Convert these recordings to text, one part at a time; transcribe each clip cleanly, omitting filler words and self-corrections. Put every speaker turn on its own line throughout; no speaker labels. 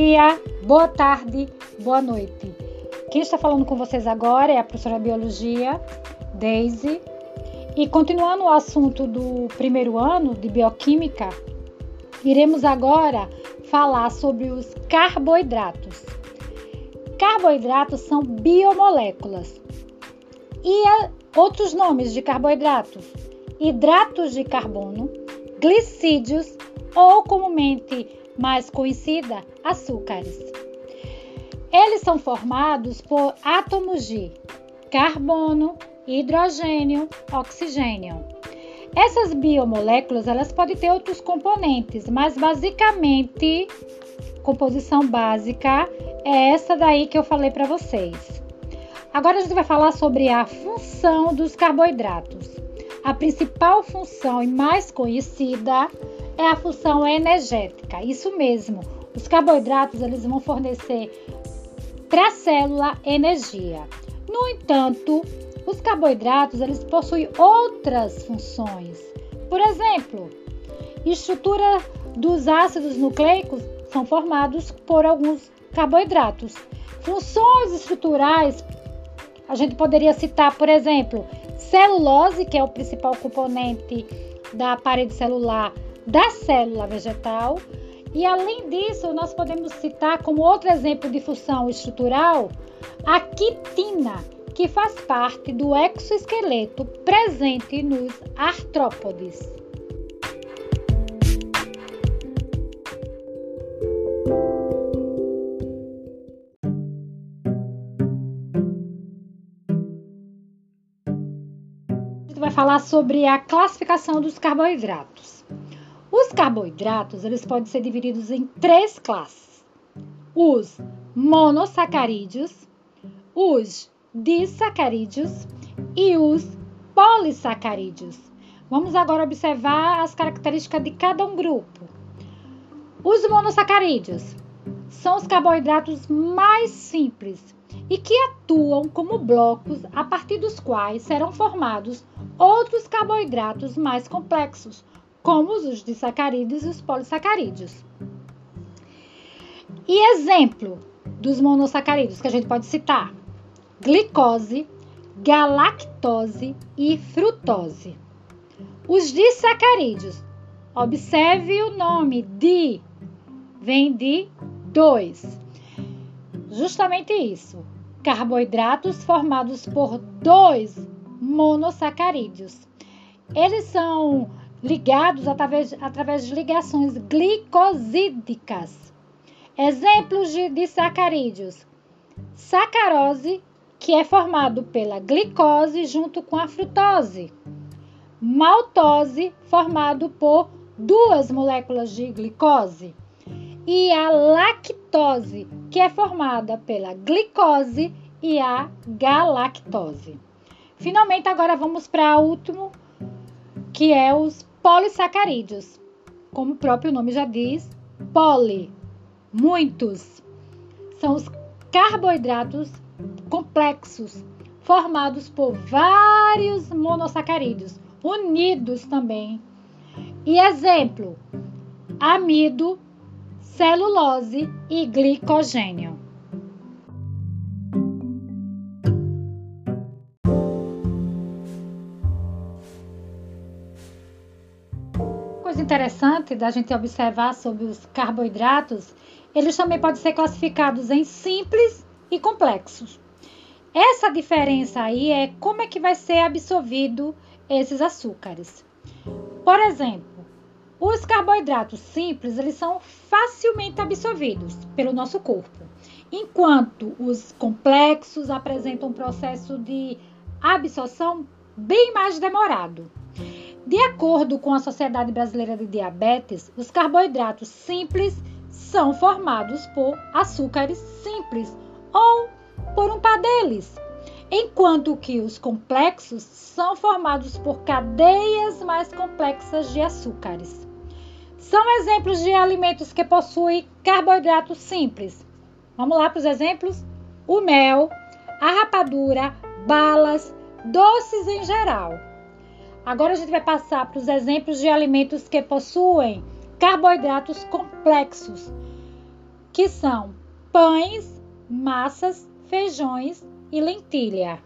dia, boa tarde, boa noite. Quem está falando com vocês agora é a professora de Biologia, Daisy. E continuando o assunto do primeiro ano de Bioquímica, iremos agora falar sobre os carboidratos. Carboidratos são biomoléculas. E outros nomes de carboidratos: hidratos de carbono, glicídios ou, comumente mais conhecida, açúcares. Eles são formados por átomos de carbono, hidrogênio, oxigênio. Essas biomoléculas, elas podem ter outros componentes, mas basicamente, composição básica é essa daí que eu falei para vocês. Agora a gente vai falar sobre a função dos carboidratos. A principal função e mais conhecida é a função energética. Isso mesmo, os carboidratos eles vão fornecer para a célula energia. No entanto, os carboidratos eles possuem outras funções. Por exemplo, estrutura dos ácidos nucleicos são formados por alguns carboidratos. Funções estruturais, a gente poderia citar, por exemplo, celulose, que é o principal componente da parede celular da célula vegetal. E além disso, nós podemos citar como outro exemplo de função estrutural a quitina, que faz parte do exoesqueleto presente nos artrópodes. A gente vai falar sobre a classificação dos carboidratos. Os carboidratos eles podem ser divididos em três classes: os monossacarídeos, os disacarídeos e os polissacarídeos. Vamos agora observar as características de cada um grupo. Os monossacarídeos são os carboidratos mais simples e que atuam como blocos a partir dos quais serão formados outros carboidratos mais complexos, como os disacarídeos e os polissacarídeos. E exemplo dos monossacarídeos que a gente pode citar: glicose, galactose e frutose. Os disacarídeos, observe o nome di, vem de dois. Justamente isso, carboidratos formados por dois monossacarídeos. Eles são ligados através de ligações glicosídicas. Exemplos de disacarídeos: sacarose, que é formado pela glicose junto com a frutose. Maltose, formado por duas moléculas de glicose. E a lactose, que é formada pela glicose e a galactose. Finalmente, agora vamos para o último, que é os polissacarídeos. Como o próprio nome já diz, poli, muitos. São os carboidratos complexos, formados por vários monossacarídeos, unidos também. E exemplo: amido, celulose e glicogênio. Coisa interessante da gente observar sobre os carboidratos, eles também podem ser classificados em simples e complexos. Essa diferença aí é como é que vai ser absorvido esses açúcares. Por exemplo, os carboidratos simples, eles são facilmente absorvidos pelo nosso corpo, enquanto os complexos apresentam um processo de absorção bem mais demorado. De acordo com a Sociedade Brasileira de Diabetes, os carboidratos simples são formados por açúcares simples ou por um par deles, enquanto que os complexos são formados por cadeias mais complexas de açúcares. São exemplos de alimentos que possuem carboidratos simples. Vamos lá para os exemplos? O mel, a rapadura, balas, doces em geral. Agora a gente vai passar para os exemplos de alimentos que possuem carboidratos complexos, que são pães, massas, feijões e lentilha.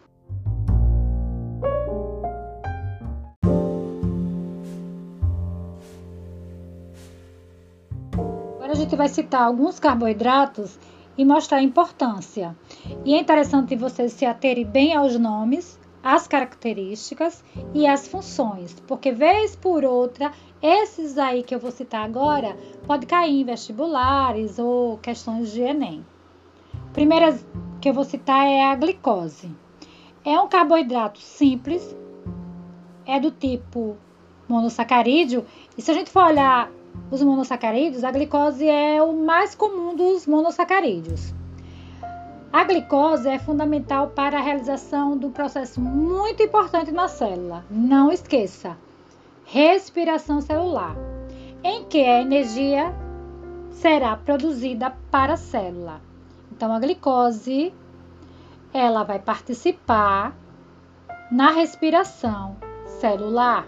Agora a gente vai citar alguns carboidratos e mostrar a importância. E é interessante vocês se aterem bem aos nomes, às características e às funções, porque vez por outra, esses aí que eu vou citar agora, pode cair em vestibulares ou questões de Enem. A primeira que eu vou citar é a glicose. É um carboidrato simples, é do tipo monossacarídeo, e se a gente for olhar os monossacarídeos, a glicose é o mais comum dos monossacarídeos. A glicose é fundamental para a realização de um processo muito importante na célula. Não esqueça, respiração celular, em que a energia será produzida para a célula. Então, a glicose, ela vai participar na respiração celular.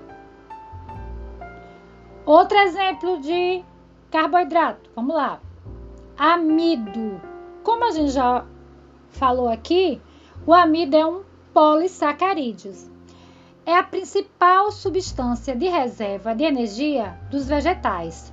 Outro exemplo de carboidrato, vamos lá. Amido. Como a gente já falou aqui, o amido é um polissacarídeo. É a principal substância de reserva de energia dos vegetais.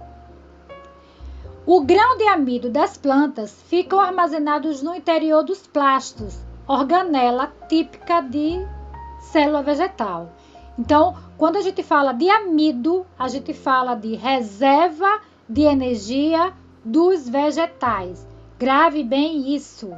O grão de amido das plantas ficam armazenados no interior dos plastos, organela típica de célula vegetal. Então, quando a gente fala de amido, a gente fala de reserva de energia dos vegetais. Grave bem isso.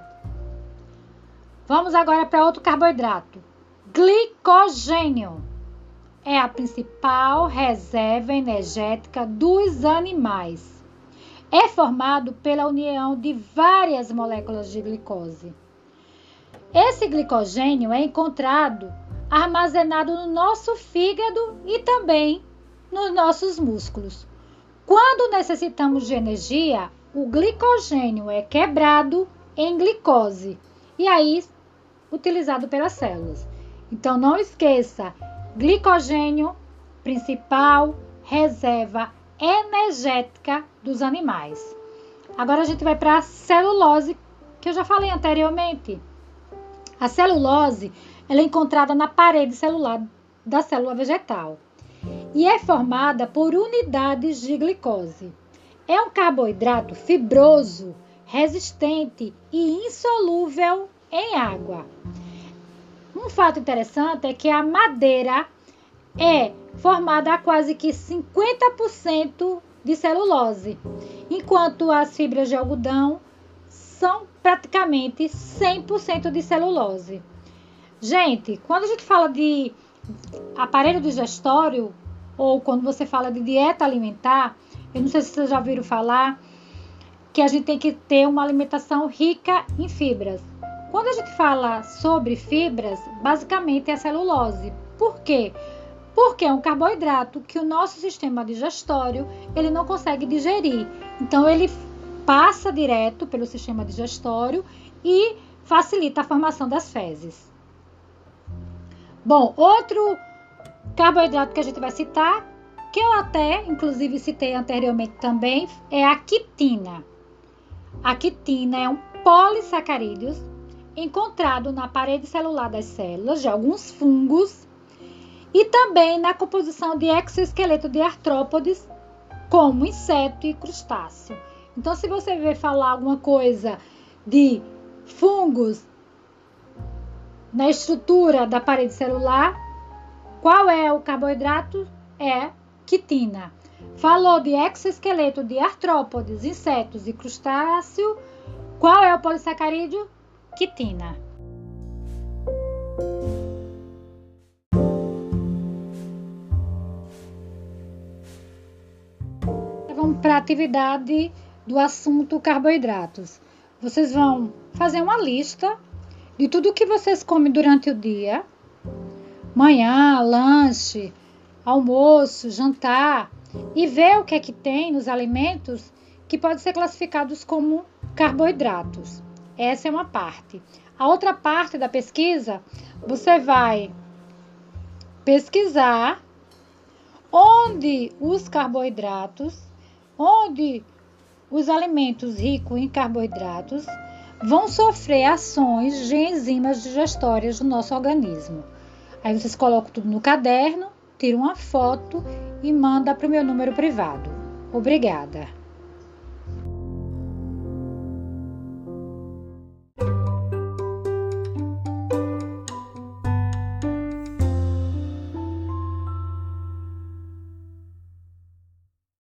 Vamos agora para outro carboidrato. Glicogênio. É a principal reserva energética dos animais. É formado pela união de várias moléculas de glicose. Esse glicogênio é encontrado armazenado no nosso fígado e também nos nossos músculos. Quando necessitamos de energia, o glicogênio é quebrado em glicose e aí utilizado pelas células. Então não esqueça, glicogênio, principal reserva energética dos animais. Agora a gente vai para a celulose, que eu já falei anteriormente. A celulose, ela é encontrada na parede celular da célula vegetal e é formada por unidades de glicose. É um carboidrato fibroso, resistente e insolúvel em água. Um fato interessante é que a madeira é formada a quase que 50% de celulose, enquanto as fibras de algodão são praticamente 100% de celulose. Gente, quando a gente fala de aparelho digestório ou quando você fala de dieta alimentar, eu não sei se vocês já ouviram falar que a gente tem que ter uma alimentação rica em fibras. Quando a gente fala sobre fibras, basicamente é a celulose. Por quê? Porque é um carboidrato que o nosso sistema digestório ele não consegue digerir. Então, ele passa direto pelo sistema digestório e facilita a formação das fezes. Bom, outro carboidrato que a gente vai citar, que eu até, inclusive, citei anteriormente também, é a quitina. A quitina é um polissacarídeo encontrado na parede celular das células de alguns fungos e também na composição de exoesqueleto de artrópodes, como inseto e crustáceo. Então, se você ver falar alguma coisa de fungos na estrutura da parede celular, qual é o carboidrato? É quitina. Falou de exoesqueleto de artrópodes, insetos e crustáceo, qual é o polissacarídeo? Quitina. Vamos para a atividade do assunto carboidratos. Vocês vão fazer uma lista de tudo que vocês comem durante o dia, manhã, lanche, almoço, jantar, e ver o que é que tem nos alimentos que podem ser classificados como carboidratos. Essa é uma parte. A outra parte da pesquisa, você vai pesquisar onde os carboidratos, onde os alimentos ricos em carboidratos vão sofrer ações de enzimas digestórias do nosso organismo. Aí vocês colocam tudo no caderno, tiram uma foto e mandam para o meu número privado. Obrigada!